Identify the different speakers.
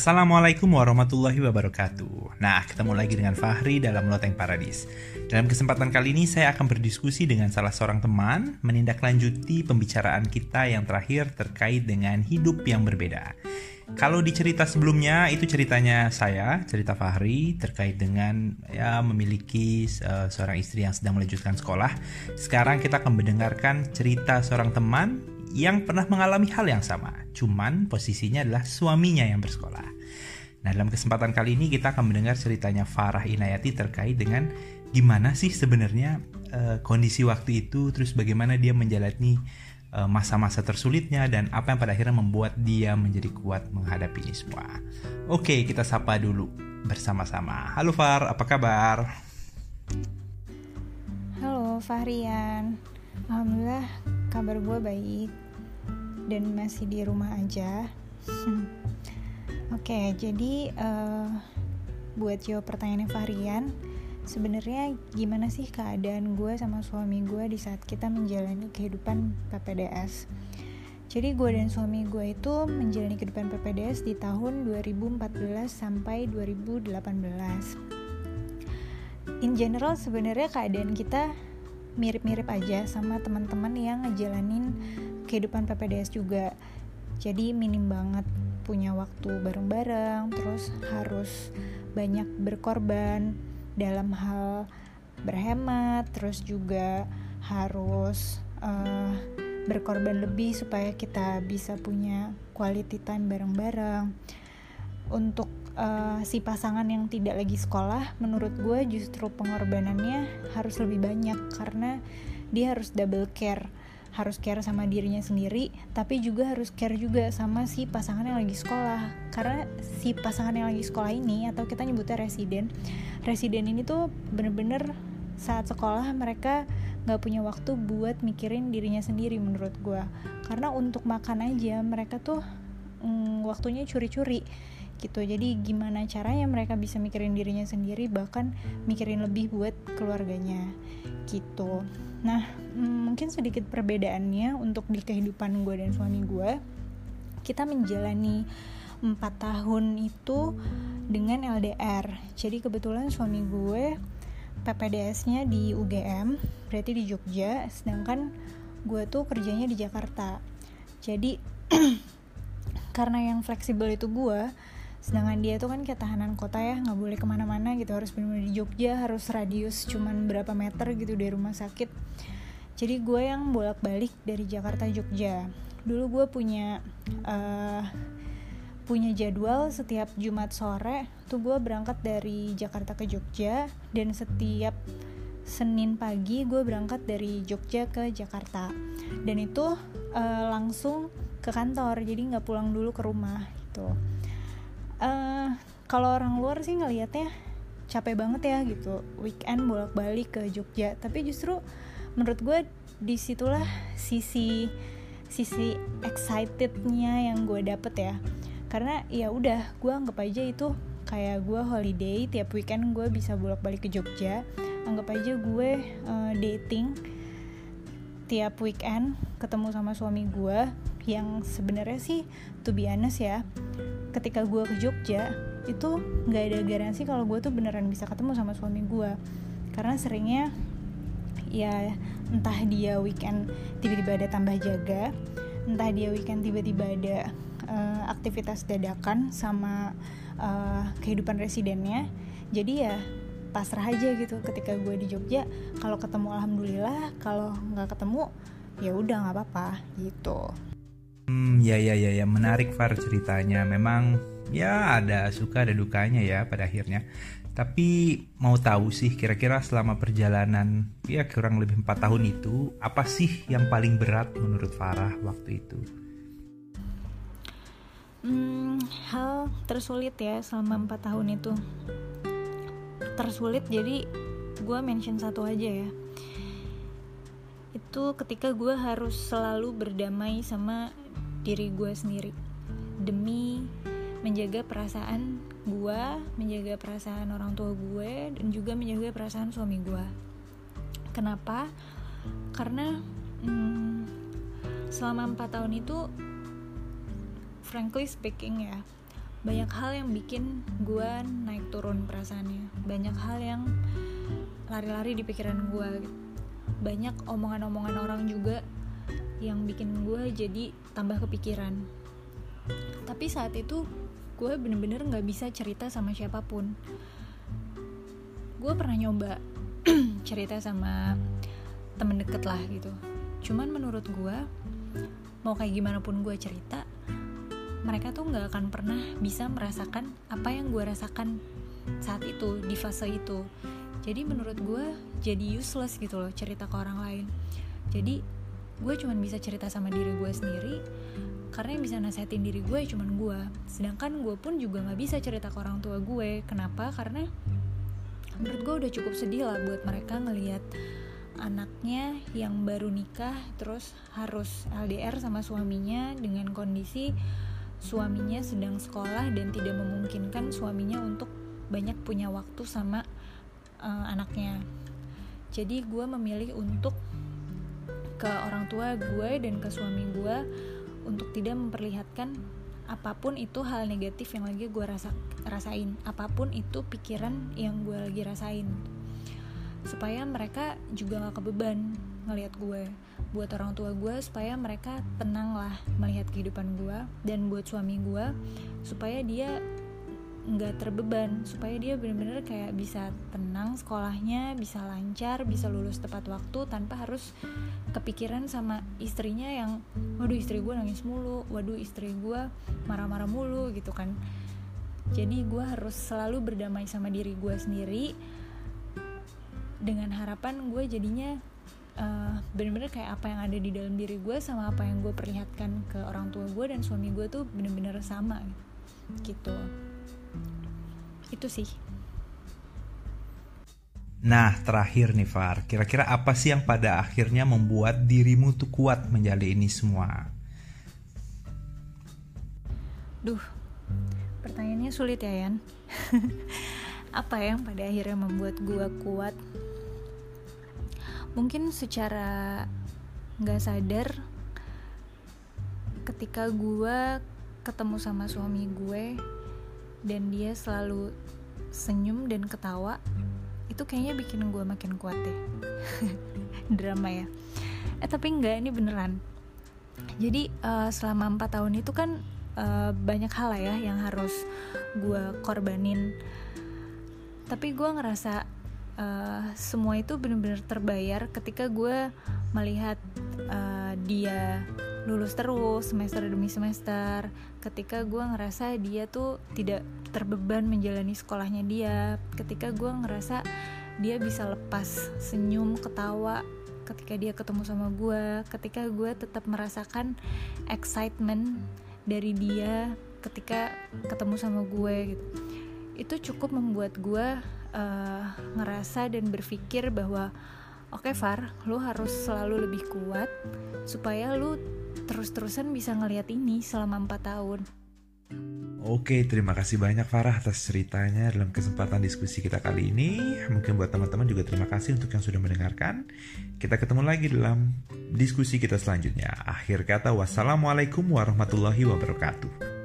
Speaker 1: Assalamualaikum warahmatullahi wabarakatuh. Nah, ketemu lagi dengan Fahri dalam Loteng Paradis. Dalam kesempatan kali ini saya akan berdiskusi dengan salah seorang teman menindaklanjuti pembicaraan kita yang terakhir terkait dengan hidup yang berbeda. Kalau di cerita sebelumnya itu ceritanya saya, cerita Fahri terkait dengan memiliki seorang istri yang sedang melanjutkan sekolah. Sekarang kita akan mendengarkan cerita seorang teman yang pernah mengalami hal yang sama, cuman posisinya adalah suaminya yang bersekolah. Nah, dalam kesempatan kali ini kita akan mendengar ceritanya Farah Inayati terkait dengan gimana sih sebenarnya kondisi waktu itu, terus bagaimana dia menjalani masa-masa tersulitnya, dan apa yang pada akhirnya membuat dia menjadi kuat menghadapi ini semua. Oke, kita sapa dulu bersama-sama. Halo Far, apa kabar?
Speaker 2: Halo Fahrian, alhamdulillah kabar gue baik dan masih di rumah aja. Oke, jadi buat jawab pertanyaannya Fahrian, sebenarnya gimana sih keadaan gue sama suami gue di saat kita menjalani kehidupan PPDS? Jadi gue dan suami gue itu menjalani kehidupan PPDS di tahun 2014 sampai 2018. In general sebenarnya keadaan kita mirip-mirip aja sama teman-teman yang ngejalanin kehidupan PPDS juga. Jadi minim banget punya waktu bareng-bareng, terus harus banyak berkorban dalam hal berhemat, terus juga harus berkorban lebih supaya kita bisa punya quality time bareng-bareng. Untuk si pasangan yang tidak lagi sekolah, menurut gue justru pengorbanannya harus lebih banyak karena dia harus double care. Harus care sama dirinya sendiri, tapi juga harus care juga sama si pasangan yang lagi sekolah. Karena si pasangan yang lagi sekolah ini, atau kita nyebutnya residen ini tuh bener-bener saat sekolah mereka gak punya waktu buat mikirin dirinya sendiri menurut gue. Karena untuk makan aja mereka tuh waktunya curi-curi gitu. Jadi gimana caranya mereka bisa mikirin dirinya sendiri, bahkan mikirin lebih buat keluarganya gitu. Nah, mungkin sedikit perbedaannya untuk di kehidupan gue dan suami gue. Kita menjalani 4 tahun itu dengan LDR. Jadi kebetulan suami gue PPDS-nya di UGM, berarti di Jogja, sedangkan gue tuh kerjanya di Jakarta. Jadi karena yang fleksibel itu gue, sedangkan dia tuh kan kayak tahanan kota ya, gak boleh kemana-mana gitu, harus benar-benar di Jogja, harus radius cuman berapa meter gitu dari rumah sakit. Jadi gue yang bolak-balik dari Jakarta Jogja. Dulu gue punya jadwal setiap Jumat sore tuh gue berangkat dari Jakarta ke Jogja, dan setiap Senin pagi gue berangkat dari Jogja ke Jakarta, dan itu langsung ke kantor, jadi gak pulang dulu ke rumah gitu. Kalau orang luar sih ngelihatnya capek banget ya gitu, weekend bolak-balik ke Jogja. Tapi justru menurut gue disitulah sisi excitednya yang gue dapet ya. Karena ya udah, gue anggap aja itu kayak gue holiday, tiap weekend gue bisa bolak-balik ke Jogja. Anggap aja gue dating tiap weekend, ketemu sama suami gue yang sebenarnya sih to be honest ya, ketika gue ke Jogja itu nggak ada garansi kalau gue tuh beneran bisa ketemu sama suami gue, karena seringnya ya entah dia weekend tiba-tiba ada tambah jaga, entah dia weekend tiba-tiba ada aktivitas dadakan sama kehidupan residennya. Jadi ya pasrah aja gitu ketika gue di Jogja. Kalau ketemu alhamdulillah, kalau nggak ketemu ya udah nggak apa-apa gitu.
Speaker 1: Ya, menarik Far ceritanya. Memang ya ada suka ada dukanya ya pada akhirnya. Tapi mau tahu sih kira-kira selama perjalanan ya kurang lebih 4 tahun itu, apa sih yang paling berat menurut Farah waktu itu?
Speaker 2: Hal tersulit ya selama 4 tahun itu. Tersulit, jadi gue mention satu aja ya. Itu ketika gue harus selalu berdamai sama diri gue sendiri demi menjaga perasaan gue, menjaga perasaan orang tua gue, dan juga menjaga perasaan suami gue. Kenapa? Karena selama 4 tahun itu frankly speaking ya, banyak hal yang bikin gue naik turun perasaannya, banyak hal yang lari-lari di pikiran gue, banyak omongan-omongan orang juga yang bikin gue jadi tambah kepikiran. Tapi saat itu gue bener-bener gak bisa cerita sama siapapun. Gue pernah nyoba cerita sama temen deket lah gitu, cuman menurut gue mau kayak gimana pun gue cerita, mereka tuh gak akan pernah bisa merasakan apa yang gue rasakan saat itu, di fase itu. Jadi menurut gue jadi useless gitu loh cerita ke orang lain. Jadi gue cuma bisa cerita sama diri gue sendiri, karena yang bisa nasihatin diri gue cuma gue. Sedangkan gue pun juga gak bisa cerita ke orang tua gue. Kenapa? Karena menurut gue udah cukup sedih lah buat mereka ngelihat anaknya yang baru nikah terus harus LDR sama suaminya, dengan kondisi suaminya sedang sekolah dan tidak memungkinkan suaminya untuk banyak punya waktu sama anaknya. Jadi gue memilih untuk ke orang tua gue dan ke suami gue untuk tidak memperlihatkan apapun itu hal negatif yang lagi gue rasain, apapun itu pikiran yang gue lagi rasain, supaya mereka juga gak kebeban ngelihat gue. Buat orang tua gue supaya mereka tenang lah melihat kehidupan gue, dan buat suami gue supaya dia gak terbeban, supaya dia benar-benar kayak bisa tenang sekolahnya, bisa lancar, bisa lulus tepat waktu tanpa harus kepikiran sama istrinya yang waduh istri gue nangis mulu, waduh istri gue marah-marah mulu gitu kan. Jadi gue harus selalu berdamai sama diri gue sendiri, dengan harapan gue jadinya benar-benar kayak apa yang ada di dalam diri gue sama apa yang gue perlihatkan ke orang tua gue dan suami gue tuh benar-benar sama gitu. Itu sih.
Speaker 1: Nah, terakhir nih Far, kira-kira apa sih yang pada akhirnya membuat dirimu tuh kuat menjalani ini semua?
Speaker 2: Duh, pertanyaannya sulit ya Yan. Apa yang pada akhirnya membuat gue kuat? Mungkin secara gak sadar, ketika gue ketemu sama suami gue dan dia selalu senyum dan ketawa, itu kayaknya bikin gue makin kuat deh. Drama ya. Tapi enggak, ini beneran. Jadi selama 4 tahun itu kan banyak hal lah ya yang harus gue korbanin. Tapi gue ngerasa semua itu benar-benar terbayar ketika gue melihat dia lulus terus semester demi semester, ketika gue ngerasa dia tuh tidak terbeban menjalani sekolahnya dia, ketika gue ngerasa dia bisa lepas senyum, ketawa ketika dia ketemu sama gue, ketika gue tetap merasakan excitement dari dia ketika ketemu sama gue gitu. Itu cukup membuat gue ngerasa dan berpikir bahwa oke, Far, lu harus selalu lebih kuat supaya lu terus-terusan bisa ngelihat ini selama 4 tahun.
Speaker 1: Oke, terima kasih banyak Farah atas ceritanya dalam kesempatan diskusi kita kali ini. Mungkin buat teman-teman juga terima kasih untuk yang sudah mendengarkan. Kita ketemu lagi dalam diskusi kita selanjutnya. Akhir kata, wassalamualaikum warahmatullahi wabarakatuh.